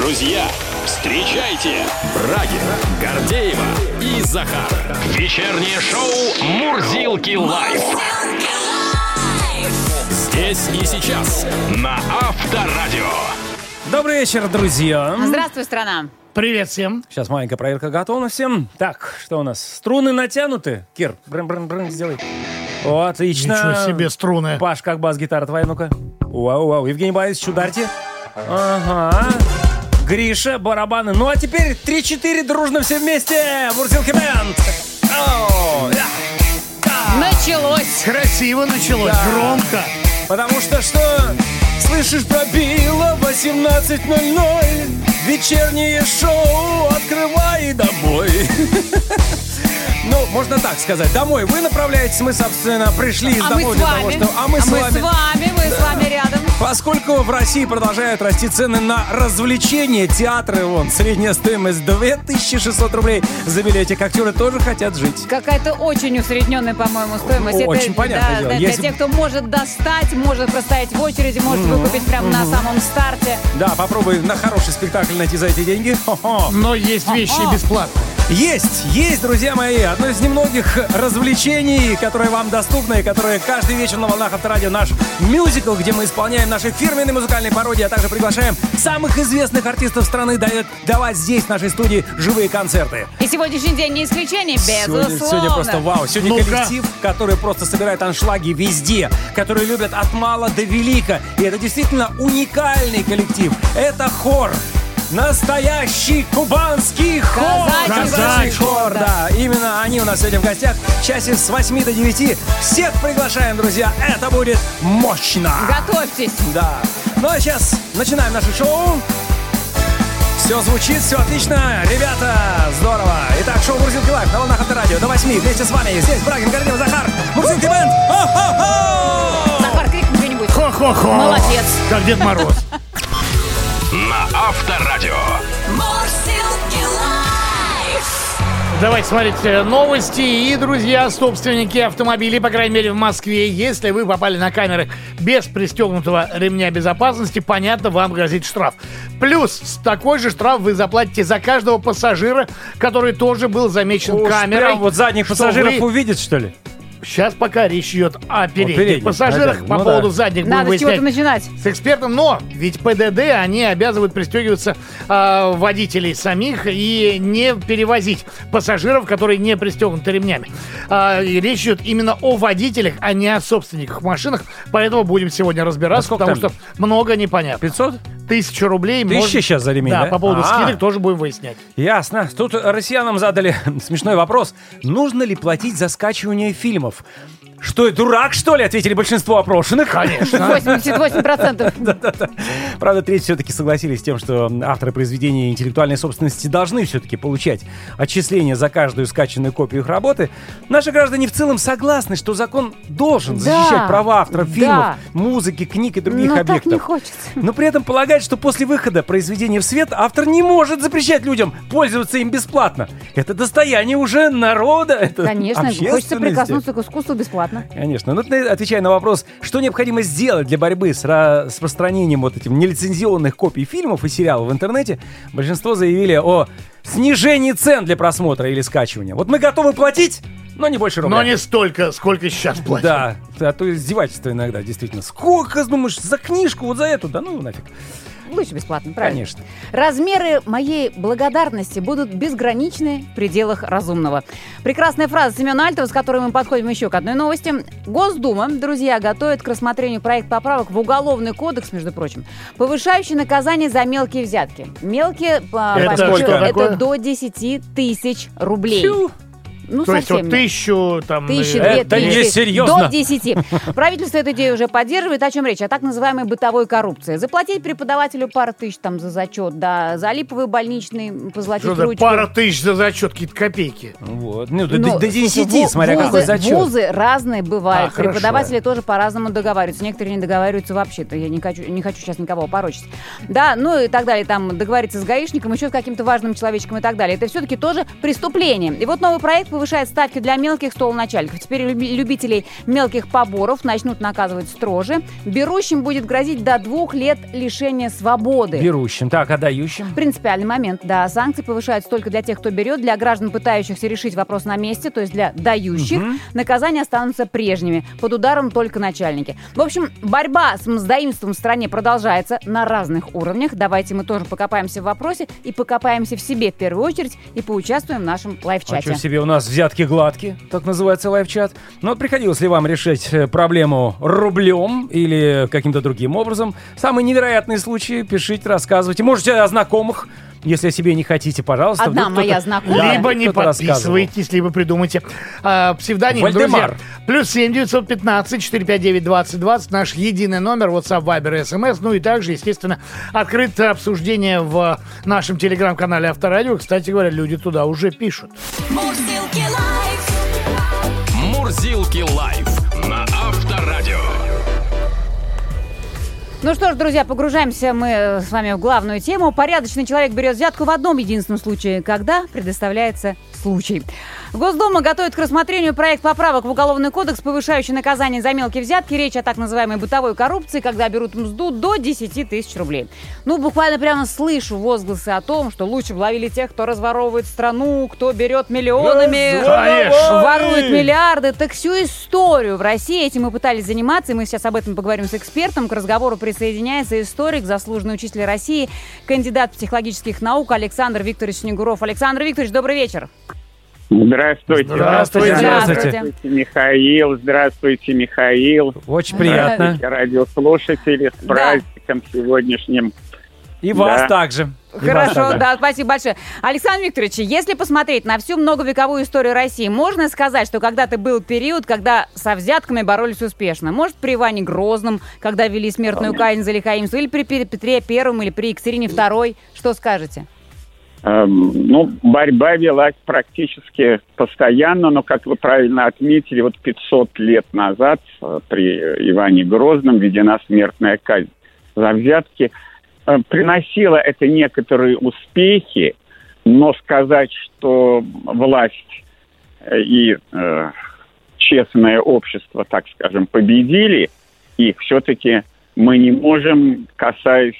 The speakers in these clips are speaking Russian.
Друзья, встречайте Брагина, Гордеева и Захар. Вечернее шоу «Мурзилки лайф». Здесь и сейчас на Авторадио. Добрый вечер, друзья. Здравствуй, страна. Привет всем. Сейчас маленькая проверка готовности. Так, что у нас? Струны натянуты? Кир, брын-брын-брын сделай. О, отлично. Ничего себе струны. Паш, как бас-гитара твоя, ну-ка. Вау-вау. Евгений Борисович, ударьте. Ага. Гриша, барабаны. Ну, а теперь 3-4 дружно все вместе. Мурзилки бэнд. Началось. Красиво началось, Да. громко. Потому что Слышишь, пробило 18:00. Вечернее шоу открывай домой. Ну, можно так сказать. Домой вы направляетесь, мы, собственно, пришли домой для того, что... Мы с вами рядом. Поскольку в России продолжают расти цены на развлечения, театры, средняя стоимость 2600 рублей за билетик. Актеры тоже хотят жить. Какая-то очень усредненная, по-моему, стоимость. Очень понятное дело. Да, для тех, кто может достать, может простоять в очереди, может выкупить прямо на самом старте. Да, попробуй на хороший спектакль найти за эти деньги. Хо-хо. Но есть вещи бесплатные. Есть, друзья мои, одно из немногих развлечений, которые вам доступны, и которые каждый вечер на волнах Авторадио наш мюзикл, где мы исполняем наши фирменные музыкальные пародии, а также приглашаем самых известных артистов страны давать здесь, в нашей студии, живые концерты. И сегодняшний день не исключение, безусловно. Сегодня просто вау. Сегодня коллектив, который просто собирает аншлаги везде, который любят от мала до велика. И это действительно уникальный коллектив. Это хор. Настоящий кубанский хор! Казачий хор, да. Именно они у нас сегодня в гостях. В часе с 8 до 9. Всех приглашаем, друзья. Это будет мощно. Готовьтесь. Да. Ну а сейчас начинаем наше шоу. Все звучит, все отлично. Ребята, здорово. Итак, шоу «Мурзилки лайф» на волнах Авторадио. До 8 вместе с вами. Здесь Брагин, Гордеева, Захар. Мурзилки бэнд. Захар, крикни что-нибудь. Хо-хо-хо. Молодец. Как Дед Мороз. На Авторадио. Давайте смотреть новости. И, друзья, собственники автомобилей, по крайней мере в Москве, если вы попали на камеры без пристегнутого ремня безопасности, понятно, вам грозит штраф. Плюс такой же штраф вы заплатите за каждого пассажира, который тоже был замечен камерой. Прям вот задних пассажиров увидят, что ли? Сейчас пока речь идет о передних пассажирах. Да. По поводу задних будем Надо с чего-то начинать. с экспертом. Но ведь ПДД, они обязывают пристегиваться водителей самих и не перевозить пассажиров, которые не пристегнуты ремнями. И речь идет именно о водителях, а не о собственниках машинах. Поэтому будем сегодня разбираться, потому что много непонятно. 500? 1000 рублей. 1000 сейчас за ремень, да? По поводу скидок тоже будем выяснять. Ясно. Тут россиянам задали смешной вопрос. Нужно ли платить за скачивание фильмов? Что, я дурак, что ли? Ответили большинство опрошенных. Конечно. 88%. Да. Правда, треть все-таки согласились с тем, что авторы произведений интеллектуальной собственности должны все-таки получать отчисления за каждую скачанную копию их работы. Наши граждане в целом согласны, что закон должен защищать права авторов фильмов, музыки, книг и других Но объектов. так не хочется. Но при этом полагают, что после выхода произведения в свет автор не может запрещать людям пользоваться им бесплатно. Это достояние уже народа, это Конечно, хочется общественности. прикоснуться к искусству бесплатно. Конечно. Но отвечая на вопрос, что необходимо сделать для борьбы с распространением вот этих нелицензионных копий фильмов и сериалов в интернете, большинство заявили о снижении цен для просмотра или скачивания. Вот мы готовы платить, но не больше рубля. Но не столько, сколько сейчас платят. Да, а то издевательство иногда, действительно. Сколько, думаешь, за книжку вот за эту? Да ну нафиг. Лучше бесплатно, правильно? Конечно. Размеры моей благодарности будут безграничны в пределах разумного. Прекрасная фраза Семена Альтова, с которой мы подходим еще к одной новости. Госдума, друзья, готовит к рассмотрению проект поправок в Уголовный кодекс, между прочим, повышающий наказание за мелкие взятки. Мелкие, это до 10 тысяч рублей. Фью. Ну, То есть вот совсем 1000, там... 1000, Это 2000, несерьезно. до 10. Правительство эту идею уже поддерживает. О чем речь? О так называемой бытовой коррупции. Заплатить преподавателю пару тысяч там за зачет, да, за липовый больничный позолотить Что-то ручку. пара тысяч за зачет, какие-то копейки. Вот. Ну, до Ну, 10, смотря вузы, какой зачет. Вузы разные бывают. Хорошо. Преподаватели тоже по-разному договариваются. Некоторые не договариваются вообще-то. Я не хочу сейчас никого опорочить. Да, ну и так далее. Там договориться с гаишником, еще с каким-то важным человечком и так далее. Это все-таки тоже преступление. И вот новый проект повышает ставки для мелких столоначальников. Теперь любителей мелких поборов начнут наказывать строже. Берущим будет грозить до 2 лет лишения свободы. Берущим. Так, а дающим? Принципиальный момент. Да, санкции повышаются только для тех, кто берет. Для граждан, пытающихся решить вопрос на месте, то есть для дающих, наказания останутся прежними. Под ударом только начальники. В общем, борьба с мздоимством в стране продолжается на разных уровнях. Давайте мы тоже покопаемся в вопросе и покопаемся в себе в первую очередь и поучаствуем в нашем лайв-чате. А что себе у нас взятки гладкие, так называется лайв-чат. Но приходилось ли вам решить проблему рублем или каким-то другим образом? Самые невероятные случаи пишите, рассказывайте. Можете о знакомых. Если о себе не хотите, пожалуйста. Одна моя знакомая. Либо не подписывайтесь, либо придумайте псевдоним. Вальдемар. Друзья, +7 915 459 2020, наш единый номер, WhatsApp, Viber, SMS. Ну и также, естественно, открыто обсуждение в нашем телеграм-канале Авторадио. Кстати говоря, люди туда уже пишут. Мурзилки лайф на Авторадио. Ну что ж, друзья, погружаемся мы с вами в главную тему. Порядочный человек берет взятку в одном единственном случае, когда предоставляется случай. Госдума готовит к рассмотрению проект поправок в Уголовный кодекс, повышающий наказание за мелкие взятки. Речь о так называемой бытовой коррупции, когда берут мзду до 10 тысяч рублей. Ну, буквально прямо слышу возгласы о том, что лучше бы ловили тех, кто разворовывает страну, кто берет миллионами, ворует миллиарды. Так всю историю в России этим мы пытались заниматься, и мы сейчас об этом поговорим с экспертом. К разговору присоединяется историк, заслуженный учитель России, кандидат психологических наук Александр Викторович Снегуров. Александр Викторович, добрый вечер. Здравствуйте. Здравствуйте. Здравствуйте. Михаил. Здравствуйте, Михаил. Очень приятно. Здравствуйте, радиослушатели. С праздником сегодняшним. И вас также. Хорошо, да, спасибо большое. Александр Викторович, если посмотреть на всю многовековую историю России, можно сказать, что когда-то был период, когда со взятками боролись успешно? Может, при Иване Грозном, когда ввели смертную казнь за лихаимство, или при Петре Первом, или при Екатерине Второй? Что скажете? Ну, борьба велась практически постоянно, но, как вы правильно отметили, вот 500 лет назад при Иване Грозном введена смертная казнь за взятки. Приносило это некоторые успехи, но сказать, что власть и честное общество, так скажем, победили, их все-таки мы не можем, касаясь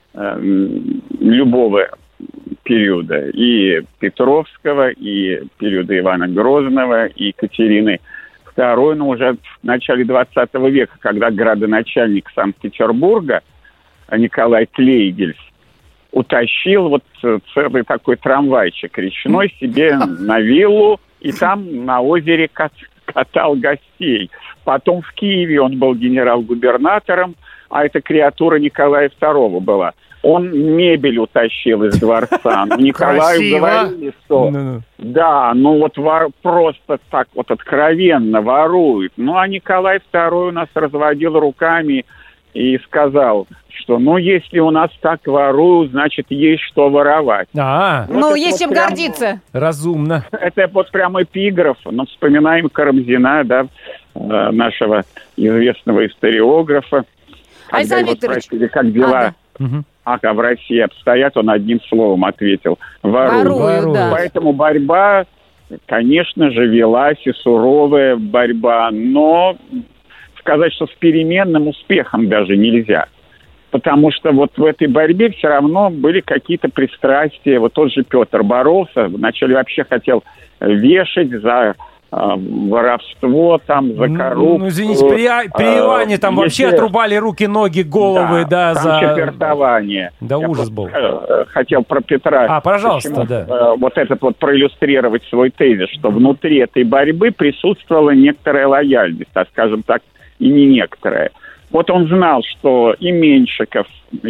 любого периода, и Петровского, и периода Ивана Грозного, и Екатерины II, но уже в начале 20 века, когда градоначальник Санкт-Петербурга Николай Клейгельс утащил вот целый такой трамвайчик речной себе на виллу, и там на озере катал гостей. Потом в Киеве он был генерал-губернатором, а эта креатура Николая II была. Он мебель утащил из дворца. Николаю говорили, что да, ну вот просто так вот откровенно ворует. Ну а Николай II у нас разводил руками и сказал, что ну если у нас так воруют, значит есть что воровать. Вот ну есть вот чем гордиться. Разумно. Это вот прям эпиграф. Ну, вспоминаем Карамзина, да, нашего известного историографа. Александр Викторович. Спросили, как дела в России обстоят, он одним словом ответил: воруют. Да. Поэтому борьба, конечно же, велась, и суровая борьба, но сказать, что с переменным успехом даже нельзя. Потому что вот в этой борьбе все равно были какие-то пристрастия. Вот тот же Петр боролся, вначале вообще хотел вешать за воровство, там, за коррупцию. Ну, извините, при Иване там вообще отрубали руки, ноги, головы, да, там за... четвертование. Да, ужас был. Хотел про Петра... пожалуйста, да. Вот этот вот проиллюстрировать свой тезис, что внутри этой борьбы присутствовала некоторая лояльность, а скажем так, и не некоторая. Вот он знал, что и Меньшиков,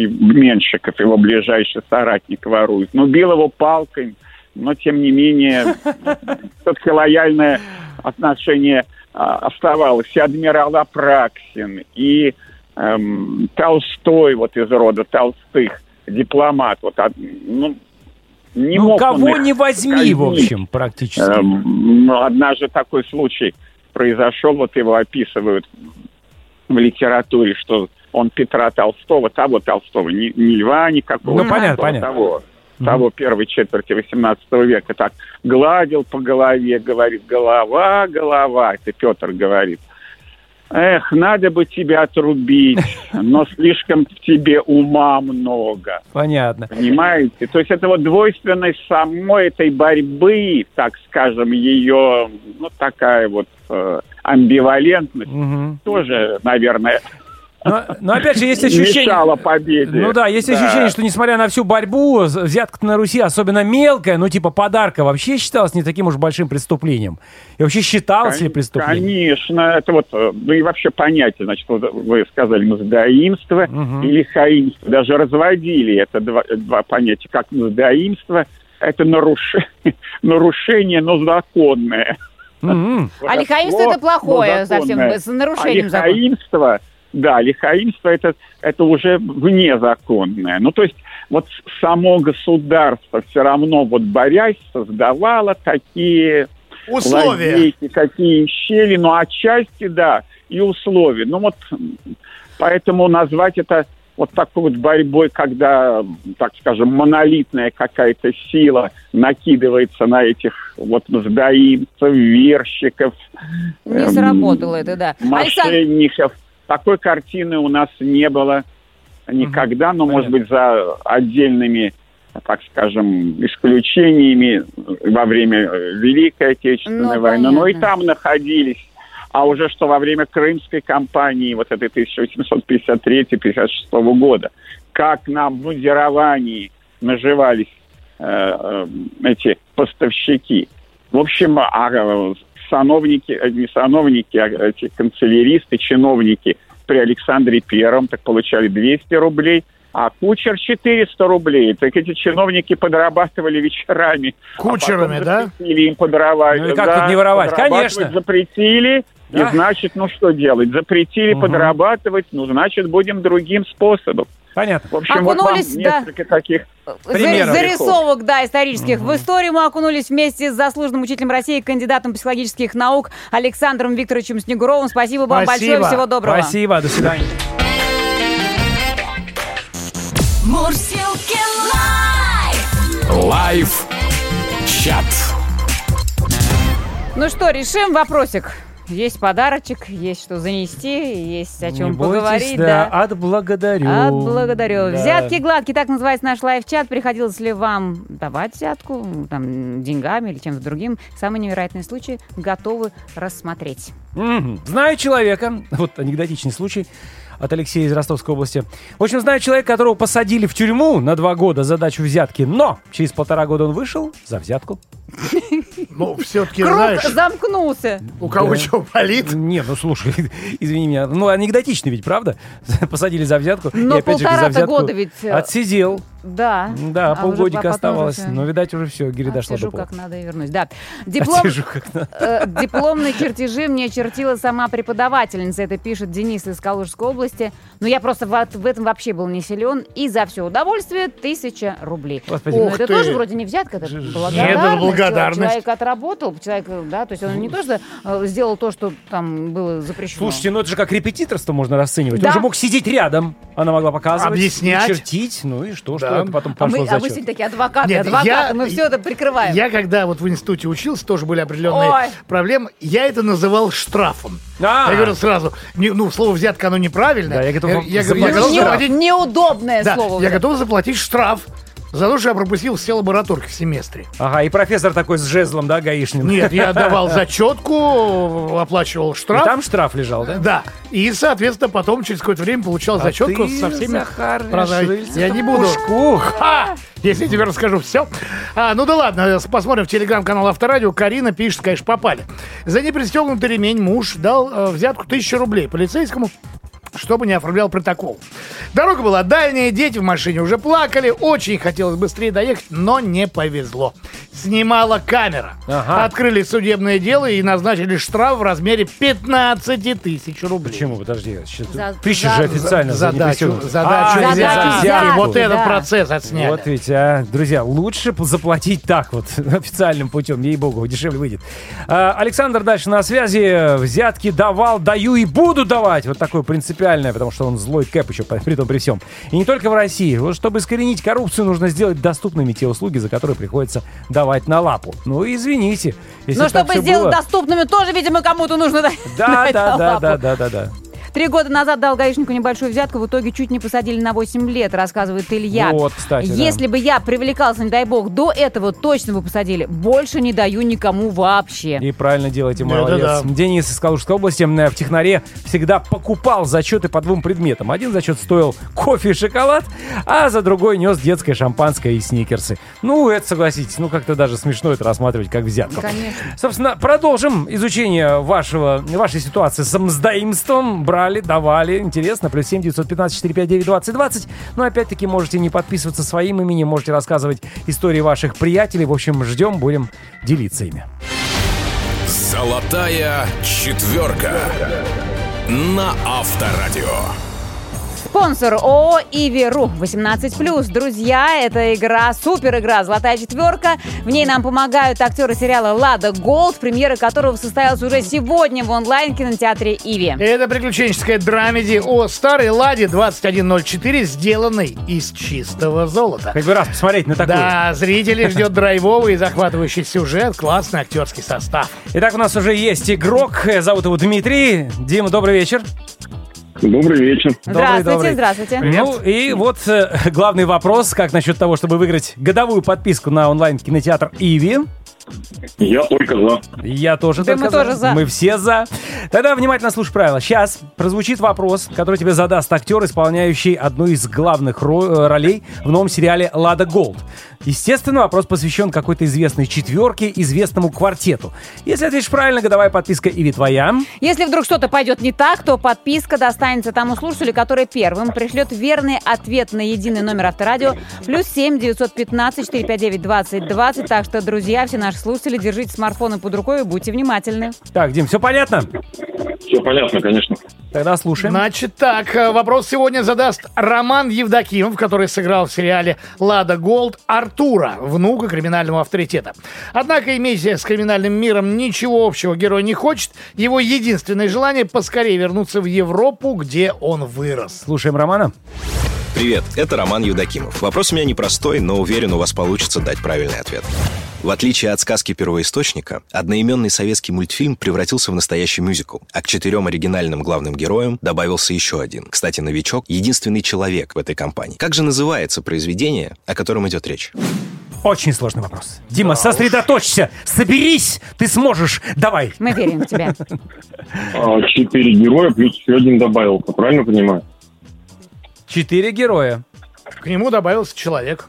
его ближайший соратник, ворует. Но бил его палкой, но, тем не менее, все-таки лояльное отношение оставалось. И адмирал Апраксин, и Толстой, вот из рода Толстых, дипломат. Вот, не мог кого он не возьми, казнить. В общем, практически. Однажды такой случай произошел, вот его описывают в литературе, что он Петра Толстого, того Толстого, ни Льва никакого. Ну, понятно. Того. того первой четверти 18 века, так гладил по голове, говорит, голова, это Петр говорит. Эх, надо бы тебя отрубить, но слишком в тебе ума много. Понятно. Понимаете? То есть это вот двойственность самой этой борьбы, так скажем, ее, ну, такая вот амбивалентность, тоже, наверное... Но опять же, есть ощущение... Мешало победе. Ну да, есть ощущение, что несмотря на всю борьбу, взятка на Руси, особенно мелкая, ну типа подарка, вообще считалась не таким уж большим преступлением. И вообще считалось ли преступлением? Конечно. Это вот, ну и вообще понятие, значит, вот вы сказали мздоимство и лихаимство. Даже разводили это два понятия, как мздоимство, это нарушение, но законное. А лихаимство это плохое, совсем, с нарушением закона. Да, лихаимство это уже внезаконное. Ну, то есть, вот само государство все равно, вот борясь, создавало такие условия, лазейки, такие щели, ну, отчасти, да, и условия. Ну, вот, поэтому назвать это вот такой вот борьбой, когда, так скажем, монолитная какая-то сила накидывается на этих вот мздоимцев, верщиков. Не сработало это, да. Мошенников. Такой картины у нас не было никогда, но, может быть, за отдельными, так скажем, исключениями во время Великой Отечественной войны. Но и там находились. А уже что во время Крымской кампании, вот этой 1853-56 года, как на обмундировании наживались эти поставщики. В общем, эти канцеляристы, чиновники при Александре Первом так получали 200 рублей, а кучер 400 рублей. Так эти чиновники подрабатывали вечерами. Кучерами, да? Им подровать. Ну и как тут не воровать? Конечно. Запретили, да. И значит, ну что делать? Запретили подрабатывать, ну значит, будем другим способом. Понятно. В общем, окунулись, вот вам несколько таких примеров. Зарисовок, да, исторических. В историю мы окунулись вместе с заслуженным учителем России, кандидатом психологических наук Александром Викторовичем Снегуровым. Спасибо вам большое, всего доброго. Спасибо, до свидания. Мурзилки лайв. Чат. Ну что, решим вопросик. Есть подарочек, есть что занести, есть о чем поговорить. Да, отблагодарю. Отблагодарю. Да. Взятки гладкие, так называется наш лайв-чат. Приходилось ли вам давать взятку, там, деньгами или чем-то другим? Самые невероятные случаи готовы рассмотреть. Знаю человека, вот анекдотичный случай от Алексея из Ростовской области. В общем, знаю человека, которого посадили в тюрьму на 2 года за дачу взятки, но через 1,5 года он вышел за взятку. Ну, все-таки, Круг знаешь, замкнулся. у кого что болит. Не, ну слушай, извини меня, ну анекдотичный ведь, правда? Посадили за взятку, Но и опять же за 1,5 взятку года ведь... отсидел. Да. Да, А полгодика уже потом оставалось. уже Но, видать, уже все, Гири дошла до Отсижу пола. как надо и вернусь. Да. Дипломные чертежи мне чертила сама преподавательница. Это пишет Денис из Калужской области. Но я просто в этом вообще был не силен. И за все удовольствие 1000 рублей. Господи. О, Ух это ты. тоже вроде не взятка, это это благодарность. благодарность. Человек отработал, человек, да, то есть он не то, что сделал то, что там было запрещено. Слушайте, ну это же как репетиторство можно расценивать. Да. Он же мог сидеть рядом. Она могла показывать. Объяснять. Чертить. Ну и что, Да. что это потом А пошло мы в сегодня зачет. такие адвокаты, Нет, мы все это прикрываем. Я когда вот в институте учился, тоже были определенные Ой. проблемы. Я это называл штрафом. А. Я говорю сразу, слово взятка, оно неправильное. Да, я готов я заплатить готов штраф. заплатить, Неудобное да, слово. я готов заплатить штраф за то, что я пропустил все лабораторки в семестре. Ага, и профессор такой с жезлом, да, гаишник? Нет, я давал зачетку, оплачивал штраф. И там штраф лежал, да? Да. И, соответственно, потом через какое-то время получал зачетку ты, со всеми. Захар, Правда, я не буду. Пушку. Ха! Если я тебе расскажу все. Ну да ладно, посмотрим в телеграм-канал Авторадио. Карина пишет, конечно, попали. За непристегнутый ремень муж дал взятку 1000 рублей полицейскому, чтобы не оформлял протокол. Дорога была дальняя, дети в машине уже плакали, очень хотелось быстрее доехать, но не повезло. снимала камера. Ага. Открыли судебное дело и назначили штраф в размере 15 тысяч рублей. Почему? Подожди. За- же официально за Задачу непристегнутую. Задачу взятки, Вот этот да. процесс отсняли. Вот ведь, друзья, лучше заплатить так вот, официальным путем, ей-богу, дешевле выйдет. Александр дальше на связи. Взятки давал, даю и буду давать. Вот такое принципиальное, потому что он злой кэп еще, при том при всем. И не только в России. Вот чтобы искоренить коррупцию, нужно сделать доступными те услуги, за которые приходится давать на лапу. Ну, извините. Если Но так чтобы всё сделать было. доступными, тоже, видимо, кому-то нужно давать на лапу. Да. 3 года назад дал гаишнику небольшую взятку, в итоге чуть не посадили на 8 лет, рассказывает Илья. Вот, кстати, да. Если бы я привлекался, не дай бог, до этого точно бы посадили. Больше не даю никому вообще. И правильно делаете, Да, молодец. да. Денис из Калужской области в технаре всегда покупал зачеты по 2 предметам. Один зачет стоил кофе и шоколад, а за другой нес детское шампанское и сникерсы. Ну, это, согласитесь, как-то даже смешно это рассматривать как взятку. Конечно. Собственно, продолжим изучение вашей ситуации с мздоимством. Брали, давали. Интересно. +7 915 459 2020. Но опять-таки можете не подписываться своим именем, можете рассказывать истории ваших приятелей. В общем, ждем, будем делиться ими. Золотая четверка на Авторадио. Спонсор ООО «Иви.ру» 18+. Друзья, это игра, супер игра «Золотая четверка». В ней нам помогают актеры сериала «Лада Голд», премьера которого состоялась уже сегодня в онлайн-кинотеатре «Иви». Это приключенческая драмеди о старой «Ладе» 2104, сделанной из чистого золота. Хоть бы раз посмотреть на такую. Да, зрителей ждет драйвовый и захватывающий сюжет, классный актерский состав. Итак, у нас уже есть игрок. Зовут его Дмитрий. Дима, добрый вечер. Добрый вечер. Здравствуйте, Добрый. здравствуйте. Ну и вот главный вопрос. Как насчет того, чтобы выиграть годовую подписку на онлайн-кинотеатр «Иви»? Я только за. Я тоже Да только мы тоже за. Мы все за. Тогда внимательно слушай правила. Сейчас прозвучит вопрос, который тебе задаст актер, исполняющий одну из главных ролей в новом сериале «Лада Голд». Естественно, вопрос посвящен какой-то известной четверке, известному квартету. Если ответишь правильно, годовая подписка «Иви» твоя. Если вдруг что-то пойдет не так, то подписка достанется тому слушателю, который первым пришлет верный ответ на единый номер Авторадио +7 915 459 2020. Так что, друзья, все наши слушатели, держите смартфоны под рукой и будьте внимательны. Так, Дим, все понятно? Все понятно, конечно. Тогда слушаем. Значит так, вопрос сегодня задаст Роман Евдокимов, который сыграл в сериале «Лада Голд» Артура, внука криминального авторитета. Однако иметь с криминальным миром ничего общего герой не хочет. Его единственное желание — поскорее вернуться в Европу, где он вырос. Слушаем Романа. Привет, это Роман Евдокимов. Вопрос у меня непростой, но уверен, у вас получится дать правильный ответ. В отличие от сказки первоисточника, одноименный советский мультфильм превратился в настоящий мюзикл, а к 4 оригинальным главным героям добавился еще один. Кстати, новичок — единственный человек в этой компании. Как же называется произведение, о котором идет речь? Очень сложный вопрос. Дима, сосредоточься, соберись, ты сможешь. Давай. Мы верим в тебя. 4 героя плюс еще один добавился, правильно понимаю? 4 героя. К нему добавился человек.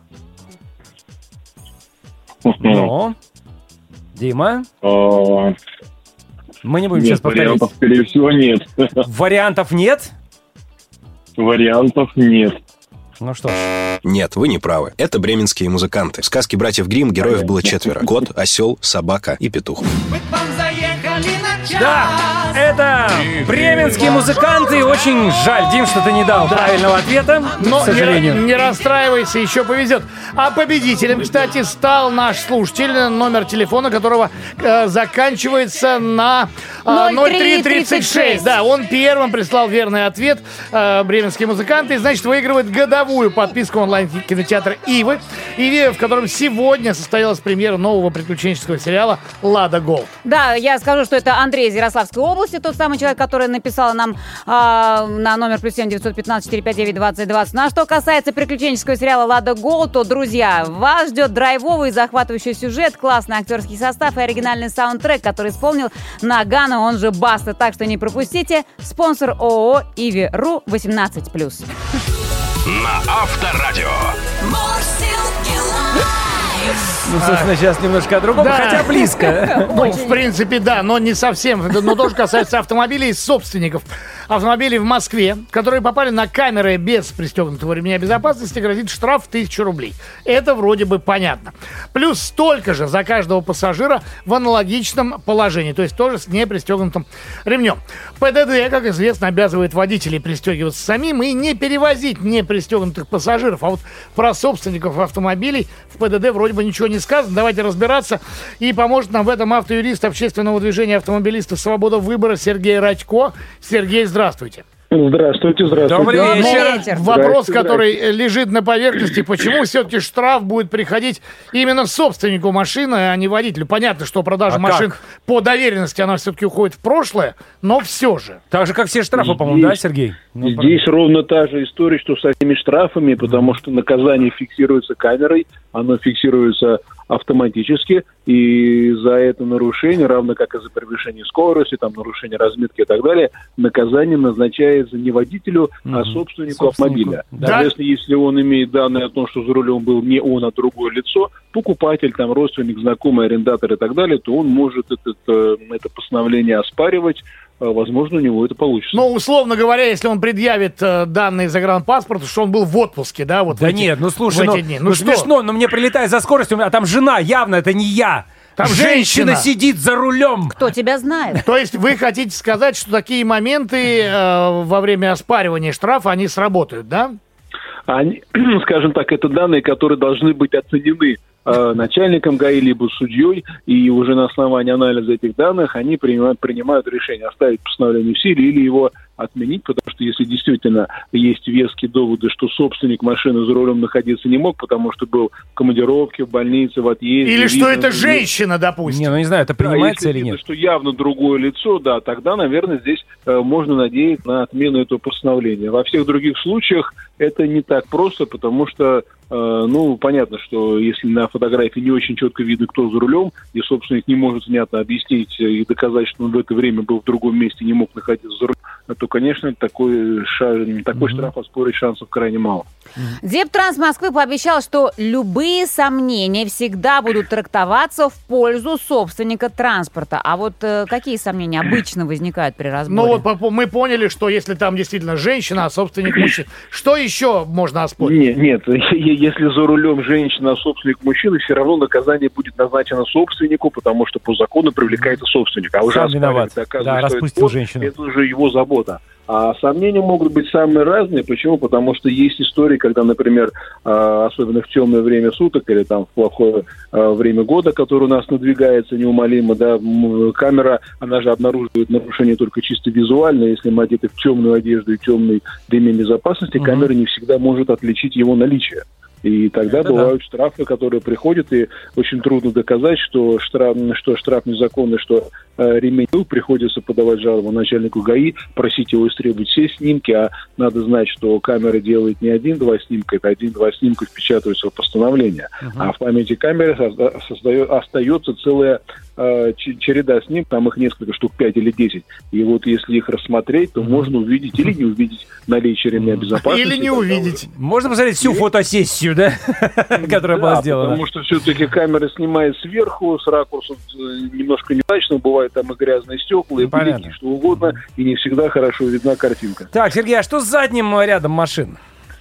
Ну, Дима, Нет, мы не будем сейчас повторять. вариантов, скорее всего, нет. Вариантов нет? Вариантов нет. Ну что ж. Нет, вы не правы. Это бременские музыканты. В сказке «Братьев Гримм» героев было 4: кот, осел, собака и петух. Да, это бременские музыканты. Очень жаль, Дим, что ты не дал правильного ответа, Но к сожалению. не расстраивайся, еще повезет. А победителем, кстати, стал наш слушатель, номер телефона которого заканчивается на 0336. Да, он первым прислал верный ответ. Бременские музыканты, и, значит, выигрывает годовую подписку онлайн-кинотеатра «Ивы», в котором сегодня состоялась премьера нового приключенческого сериала «Лада Голд». Да, я скажу, что это Андрей из Ярославской области, тот самый человек, который написал нам на номер +7 915 459 2020. Ну а что касается приключенческого сериала «Лада Голд», то, друзья, вас ждет драйвовый, захватывающий сюжет, классный актерский состав и оригинальный саундтрек, который исполнил Нагано, он же Баста. Так что не пропустите. Спонсор ООО «Иви.ру» 18+. На Авторадио. More Silky Life. Ну, собственно, сейчас немножко о другом, Да. хотя близко. Ну, в принципе, да, но не совсем. Но тоже касается автомобилей и собственников автомобилей в Москве, которые попали на камеры без пристегнутого ремня безопасности, грозит штраф в 1000 рублей. Это вроде бы понятно. Плюс столько же за каждого пассажира в аналогичном положении, то есть тоже с непристегнутым ремнем. ПДД, как известно, обязывает водителей пристегиваться самим и не перевозить непристегнутых пассажиров. А вот про собственников автомобилей в ПДД вроде бы ничего не сказано. Давайте разбираться. И поможет нам в этом автоюрист общественного движения автомобилистов «Свобода выбора» Сергей Радько. Сергей, здравствуйте. Здравствуйте. Добрый вечер. Вопрос, который лежит на поверхности, почему все-таки штраф будет приходить именно собственнику машины, а не водителю? Понятно, что продажа машин по доверенности, она все-таки уходит в прошлое, но все же. Так же, как все штрафы, по-моему, да, Сергей? Ну, Здесь ровно та же история, что с этими штрафами, потому что наказание фиксируется камерой, оно фиксируется автоматически, и за это нарушение, равно как и за превышение скорости, там, нарушение разметки и так далее, наказание назначается не водителю, а собственнику автомобиля. Да. Соответственно, если он имеет данные о том, что за рулем был не он, а другое лицо, покупатель, там, родственник, знакомый, арендатор и так далее, то он может это постановление оспаривать. Возможно, у него это получится. Ну, условно говоря, если он предъявит данные загранпаспорта, что он был в отпуске, да? Вот Да в эти- нет, ну слушай, в эти дни. ну что? смешно, но мне прилетает за скоростью, а там жена, явно это не я. Там женщина женщина. сидит за рулем. Кто тебя знает? То есть вы хотите сказать, что такие моменты во время оспаривания штрафа, они сработают, да? Они, скажем так, это данные, которые должны быть оценены начальником ГАИ либо судьей, и уже на основании анализа этих данных они принимают решение оставить постановление в силе или его отменить, потому что если действительно есть веские доводы, что собственник машины за рулем находиться не мог, потому что был в командировке, в больнице, в отъезде. Или что это видно, женщина, допустим? Не, ну не знаю, это да, принимается если или видно, нет. что явно другое лицо, да, тогда, наверное, здесь можно надеяться на отмену этого постановления. Во всех других случаях это не так просто, потому что понятно, что если на фотографии не очень четко видно, кто за рулем, и собственник не может внятно объяснить и доказать, что он в это время был в другом месте, не мог находиться за рулем, то, конечно, такой штраф оспорить шансов крайне мало. Дептранс Москвы пообещал, что любые сомнения всегда будут трактоваться в пользу собственника транспорта. А вот какие сомнения обычно возникают при разборе? Ну вот мы поняли, что если там действительно женщина, а собственник мужчина, что еще можно оспорить? Нет, если за рулем женщина, а собственник мужчина, все равно наказание будет назначено собственнику, потому что по закону привлекается собственник. А уже Сам виноват. доказывать, Да, что распустил это женщину. это уже его забота. А сомнения могут быть самые разные. Почему? Потому что есть истории, когда, например, особенно в темное время суток или там в плохое время года, которое у нас надвигается неумолимо, да, камера, она же обнаруживает нарушение только чисто визуально. Если мы одеты в темную одежду и темный ремень безопасности, камера не всегда может отличить его наличие. И тогда Это бывают штрафы, которые приходят, и очень трудно доказать, что штраф незаконный, что ремень был, приходится подавать жалобу начальнику ГАИ, просить его истребовать все снимки, а надо знать, что камера делает не 1-2 снимка, это 1-2 снимка впечатываются в постановление. А в памяти камеры остается целая череда снимков, там их несколько штук, 5 или 10. И вот если их рассмотреть, то можно увидеть или не увидеть наличие ремня безопасности. Или не увидеть. Можно посмотреть всю фотосессию, да, которая была сделана? Потому что все-таки камера снимает сверху, с ракурсом немножко неудачно, бывает там и грязные стекла, и Понятно. пылинки, что угодно, и не всегда хорошо видна картинка. Так, Сергей, а что с задним рядом машин?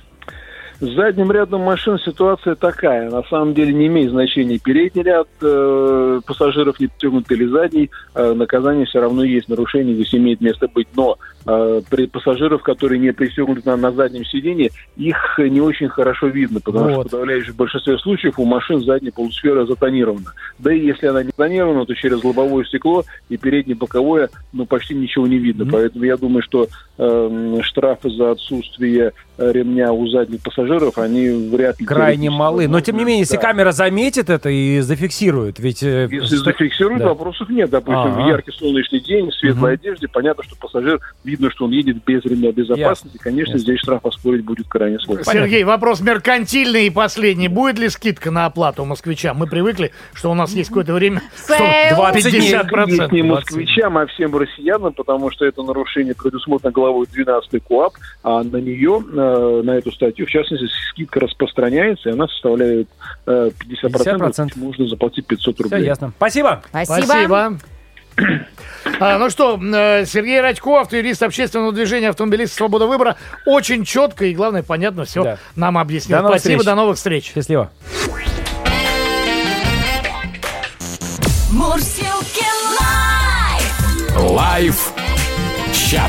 С задним рядом машин ситуация такая. На самом деле не имеет значения передний ряд пассажиров, не пристегнутый или задний. Наказание все равно есть, нарушение здесь имеет место быть. Но при пассажиров, которые не пристегнуты на заднем сиденье, их не очень хорошо видно, потому что в подавляющем большинстве случаев у машин задняя полусфера затонирована. Да и если она не тонирована, то через лобовое стекло и переднее боковое почти ничего не видно. Поэтому я думаю, что штрафы за отсутствие ремня у задних пассажиров, они вряд ли... Крайне малы. Но, тем не менее, если камера заметит это и зафиксирует, ведь... Если зафиксирует, вопросов нет. Допустим, в яркий солнечный день, в светлой одежде, понятно, что пассажир, видно, что он едет без ремня безопасности. Конечно, здесь штраф оспорить будет крайне сложно. Сергей, вопрос меркантильный и последний. Будет ли скидка на оплату москвичам? Мы привыкли, что у нас есть какое-то время, что Сейл. 50%. Не москвичам, а всем россиянам, потому что это нарушение предусмотрено главой 12 КоАП, а на нее на эту статью. В частности, скидка распространяется, и она составляет 50%. Можно заплатить 500 рублей. Все ясно. Спасибо. Спасибо. Ну что, Сергей Радько, автоюрист общественного движения «Автомобилисты. Свобода выбора», очень четко и, главное, понятно все нам объяснил. Спасибо, до новых встреч. Счастливо. Мурзилки лайв. Чат.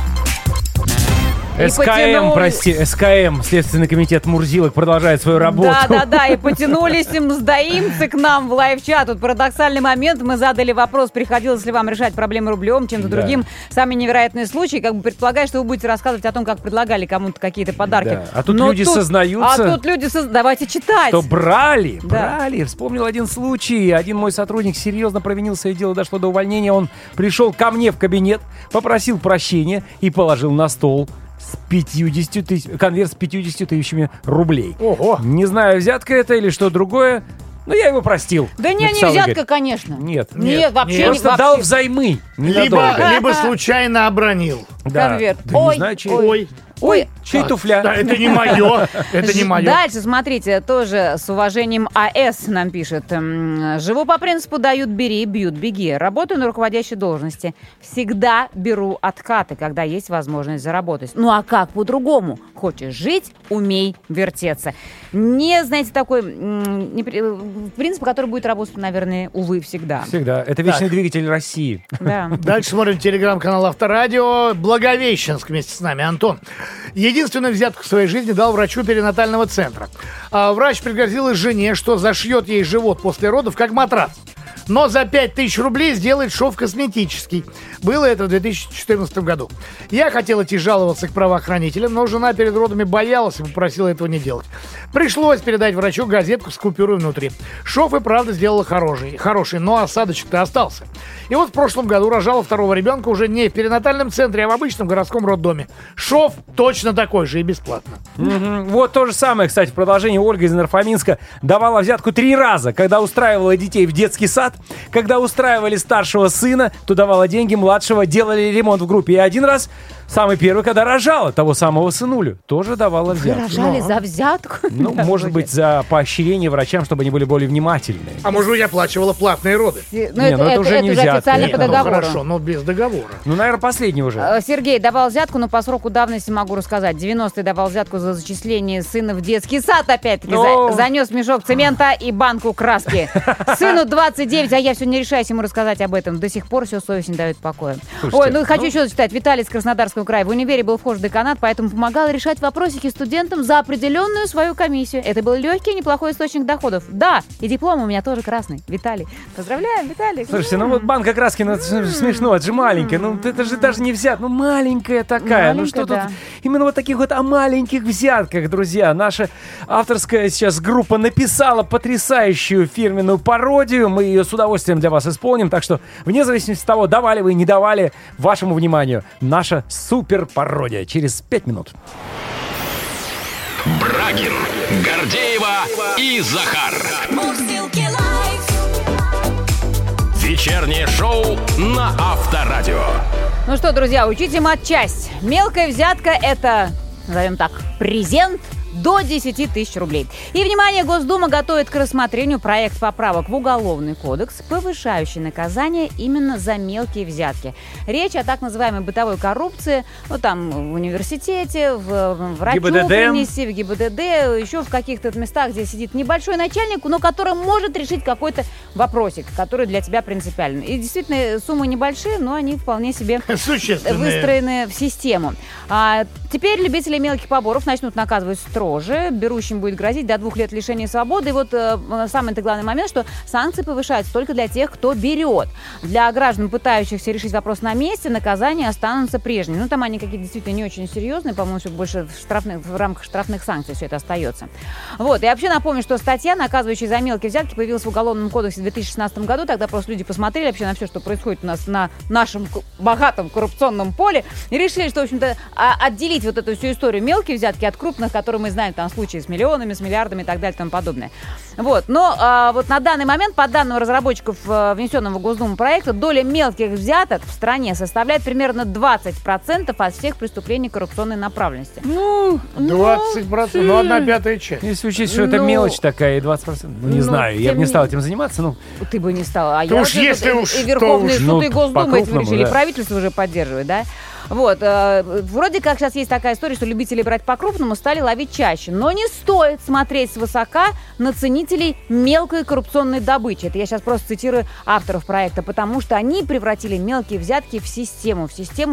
СКМ, Следственный комитет Мурзилок, продолжает свою работу. Да, и потянулись мздоимцы к нам в лайв-чат. Тут парадоксальный момент. Мы задали вопрос, приходилось ли вам решать проблемы рублем, чем-то другим. Самые невероятные случаи. Как бы предполагаю, что вы будете рассказывать о том, как предлагали кому-то какие-то подарки. Да. А тут люди сознаются. Давайте читать. Что брали. Вспомнил один случай. Один мой сотрудник серьезно провинился, и дело дошло до увольнения. Он пришел ко мне в кабинет, попросил прощения и положил на стол конверт с 50 тысячами рублей. Ого! Не знаю, взятка это или что другое, но я его простил. Да не взятка, конечно. Нет, вообще не. Просто дал взаймы. Либо случайно обронил. Конверт. Да, не знаю, Ой, чей туфля? Да, это не мое. Это не мое. Дальше, смотрите, тоже с уважением АС нам пишет. Живу по принципу «дают, бери, бьют, беги». Работаю на руководящей должности. Всегда беру откаты, когда есть возможность заработать. Ну а как по-другому? Хочешь жить, умей вертеться. Не, знаете, такой принцип, который будет работать, наверное, увы, всегда. Всегда. Это вечный двигатель России. Да. Дальше смотрим телеграм-канал Авторадио. Благовещенск вместе с нами. Антон. Единственную взятку в своей жизни дал врачу перинатального центра. Врач пригрозил жене, что зашьет ей живот после родов, как матрас. Но за 5000 рублей сделает шов косметический. Было это в 2014 году. Я хотел идти жаловаться к правоохранителям, но жена перед родами боялась и попросила этого не делать. Пришлось передать врачу газетку с купюрой внутри. Шов и правда сделала хороший, но осадочек-то остался. И вот в прошлом году рожала второго ребенка уже не в перинатальном центре, а в обычном городском роддоме. Шов точно такой же и бесплатно. Вот то же самое, кстати, в продолжении. Ольга из Нарфоминска давала взятку 3 раза, когда устраивала детей в детский сад, когда устраивали старшего сына, то давала деньги, младшего делали ремонт в группе. И один раз, самый первый, когда рожала того самого сынулю, тоже давала взятку. Вы рожали за взятку? Ну, может быть, за поощрение врачам, чтобы они были более внимательны. А может быть, оплачивала платные роды? Это уже не взятка. Официально по договору. Хорошо, но без договора. Ну, наверное, последний уже. Сергей давал взятку, но по сроку давности могу рассказать. 90-й давал взятку за зачисление сына в детский сад, опять-таки. Занес мешок цемента и банку краски. Сыну 29, а я все не решаюсь ему рассказать об этом. До сих пор все совесть не дает покоя. Слушайте, хочу еще зачитать. Виталий из Краснодарского края. В универе был вхож в деканат, поэтому помогал решать вопросики студентам за определенную свою комиссию. Это был легкий и неплохой источник доходов. Да, и диплом у меня тоже красный. Виталий. Поздравляем, Виталий. Слушайте, вот банка краски, смешно, это же маленькая. Это же даже не взят, маленькая такая. Маленькая, что тут именно вот таких вот о маленьких взятках, друзья. Наша авторская сейчас группа написала потрясающую фирменную пародию. Мы ее с удовольствием для вас исполним. Так что, вне зависимости от того, давали вы, не давали, вашему вниманию наша супер пародия через 5 минут. Брагин, Гордеева и Захар. Вечернее шоу на Авторадио. Ну что, друзья, учите матчасть. Мелкая взятка – это, назовем так, презент до 10 тысяч рублей. И, внимание, Госдума готовит к рассмотрению проект поправок в Уголовный кодекс, повышающий наказание именно за мелкие взятки. Речь о так называемой бытовой коррупции, там в университете, в врачу принеси, в ГИБДД, еще в каких-то местах, где сидит небольшой начальник, но который может решить какой-то вопросик, который для тебя принципиален. И действительно, суммы небольшие, но они вполне себе выстроены в систему. Теперь любители мелких поборов начнут наказывать строго. Берущим будет грозить до 2 лет лишения свободы. И вот самый-то главный момент, что санкции повышаются только для тех, кто берет. Для граждан, пытающихся решить вопрос на месте, наказания останутся прежними. Там они какие-то действительно не очень серьезные, по-моему, все больше в рамках штрафных санкций все это остается. И вообще напомню, что статья, наказывающая за мелкие взятки, появилась в Уголовном кодексе в 2016 году. Тогда просто люди посмотрели вообще на все, что происходит у нас на нашем богатом коррупционном поле, и решили, что, в общем-то, отделить вот эту всю историю мелкие взятки от крупных, которые мы знаем там случаи с миллионами, с миллиардами и так далее и тому подобное. Вот. Но вот на данный момент, по данным разработчиков внесенного в Госдуму проекта, доля мелких взяток в стране составляет примерно 20% от всех преступлений коррупционной направленности. 20%, ну 1/5 часть. Если учесть, что это мелочь такая, и 20%. Не знаю, я бы не стал этим заниматься. Ты бы не стала. А да я уж если уж, и Верховный суд, и Госдума этим решили, да. и правительство уже поддерживает, да? Вот, вроде как сейчас есть такая история, что любители брать по-крупному стали ловить чаще. Но не стоит смотреть свысока на ценителей мелкой коррупционной добычи. Это я сейчас просто цитирую авторов проекта, потому что они превратили мелкие взятки в систему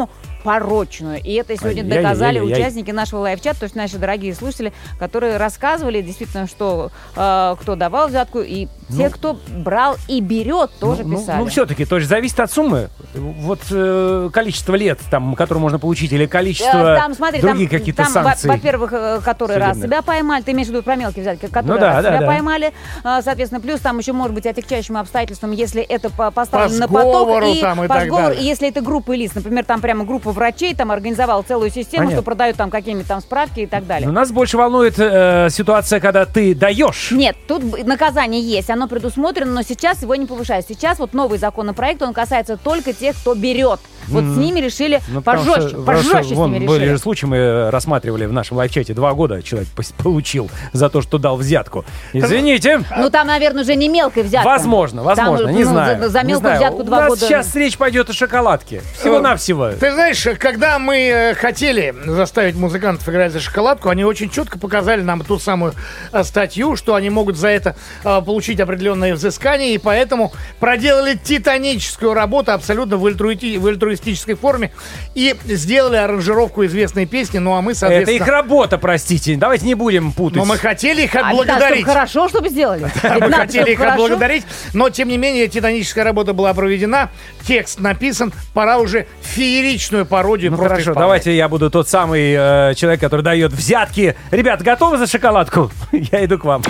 порочную. И это сегодня доказали участники нашего лайв-чата, то есть наши дорогие слушатели, которые рассказывали действительно, что кто давал взятку, и те, кто брал и берет, тоже писали. Ну, все-таки, то есть зависит от суммы. Вот количество лет, там, которое можно получить, или количество там, смотри, других каких-то санкций. Во-первых, который раз себя поймали, ты имеешь в виду про мелкие взятки, который раз себя поймали, соответственно, плюс там еще может быть отягчающим обстоятельством, если это поставлено на поток, и по сговору, и если это группа лиц, например, там прямо группа врачей там организовала целую систему, что продают там какие-нибудь там справки и так далее. Но нас больше волнует ситуация, когда ты даешь. Нет, тут наказание есть, оно предусмотрено, но сейчас его не повышают. Сейчас вот новый законопроект, он касается только тех, кто берет. Вот с ними решили пожестче с ними решили. Были же случаи, мы рассматривали в нашем лайв-чате, 2 года человек получил за то, что дал взятку. Извините. Ну там, наверное, уже не мелкая взятка. Возможно, не знаю. За мелкую взятку 2 года. У нас сейчас речь пойдет о шоколадке. Всего-навсего. Ты знаешь, когда мы хотели заставить музыкантов играть за шоколадку, они очень четко показали нам ту самую статью, что они могут за это получить определенные взыскания, и поэтому проделали титаническую работу абсолютно в альтруистической форме и сделали аранжировку известной песни, ну а мы, соответственно... Это их работа, простите, давайте не будем путать. Но мы хотели их отблагодарить. Хорошо, чтобы сделали. Мы хотели их отблагодарить, но тем не менее титаническая работа была проведена, текст написан, пора уже фееричную пародию просто хорошо, исполнять. давайте я буду тот самый человек, который дает взятки. Ребят, готовы за шоколадку? Я иду к вам.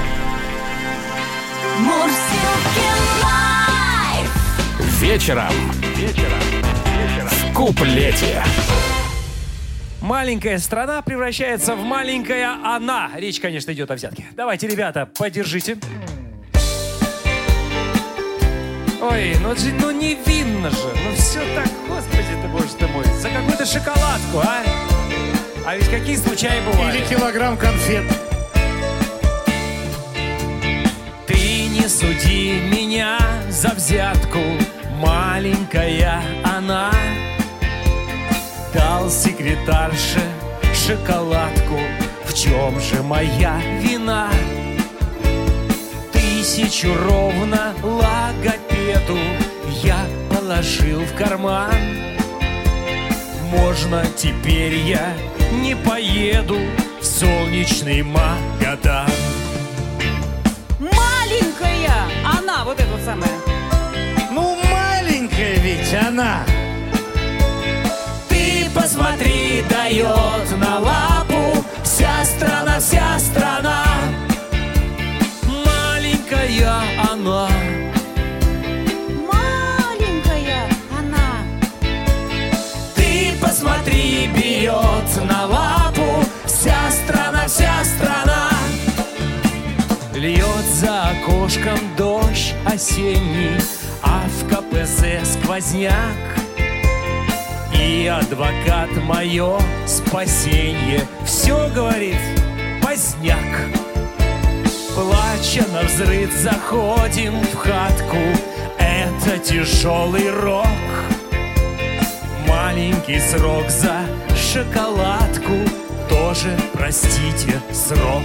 Вечером. В куплете. Маленькая страна превращается в маленькая она. Речь, конечно, идет о взятке. Давайте, ребята, поддержите. Ой, ну невинно же. Ну все так, господи ты, боже ты мой. За какую-то шоколадку, а? А ведь какие случаи бывают? Или килограмм конфет. Ты не суди меня за взятку, маленькая она. Дал секретарше шоколадку, в чем же моя вина? 1000 ровно логопеду я положил в карман. Можно теперь я не поеду в солнечный Магадан. Маленькая она, вот это вот самое. Ну, маленькая ведь она. Ты посмотри, дает на лапу вся страна, вся страна. Маленькая она. Маленькая она. Ты посмотри, берет на лапу вся страна, вся страна. Льет за окошком дождь осенний, а в КПЗ сквозняк. И адвокат мое спасенье все говорит поздняк. Плача навзрыд заходим в хатку, это тяжелый рок. Маленький срок за шоколадку, тоже, простите, срок.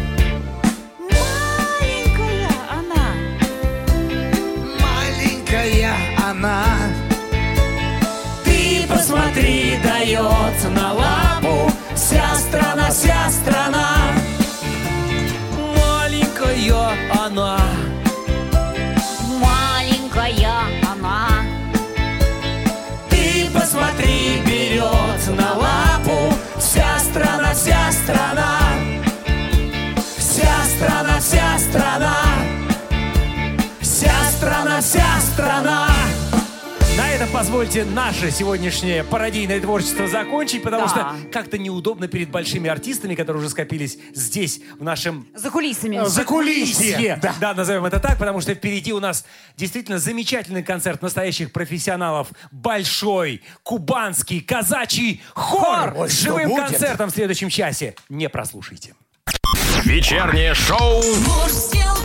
Маленькая она. Маленькая она. Ты посмотри, дает на лапу вся страна, вся страна. Маленькая она. Маленькая она. Ты посмотри, берет на лапу вся страна, вся страна. Вся страна, вся страна. Вся страна, вся страна. На этом позвольте наше сегодняшнее пародийное творчество закончить, потому Да. что как-то неудобно перед большими артистами, которые уже скопились здесь, в нашем За кулисами. закулисье. Да, назовем это так, потому что впереди у нас действительно замечательный концерт настоящих профессионалов. Большой кубанский казачий хор Ой, с что живым будет? концертом в следующем часе. Не прослушайте. Вечернее шоу Мужские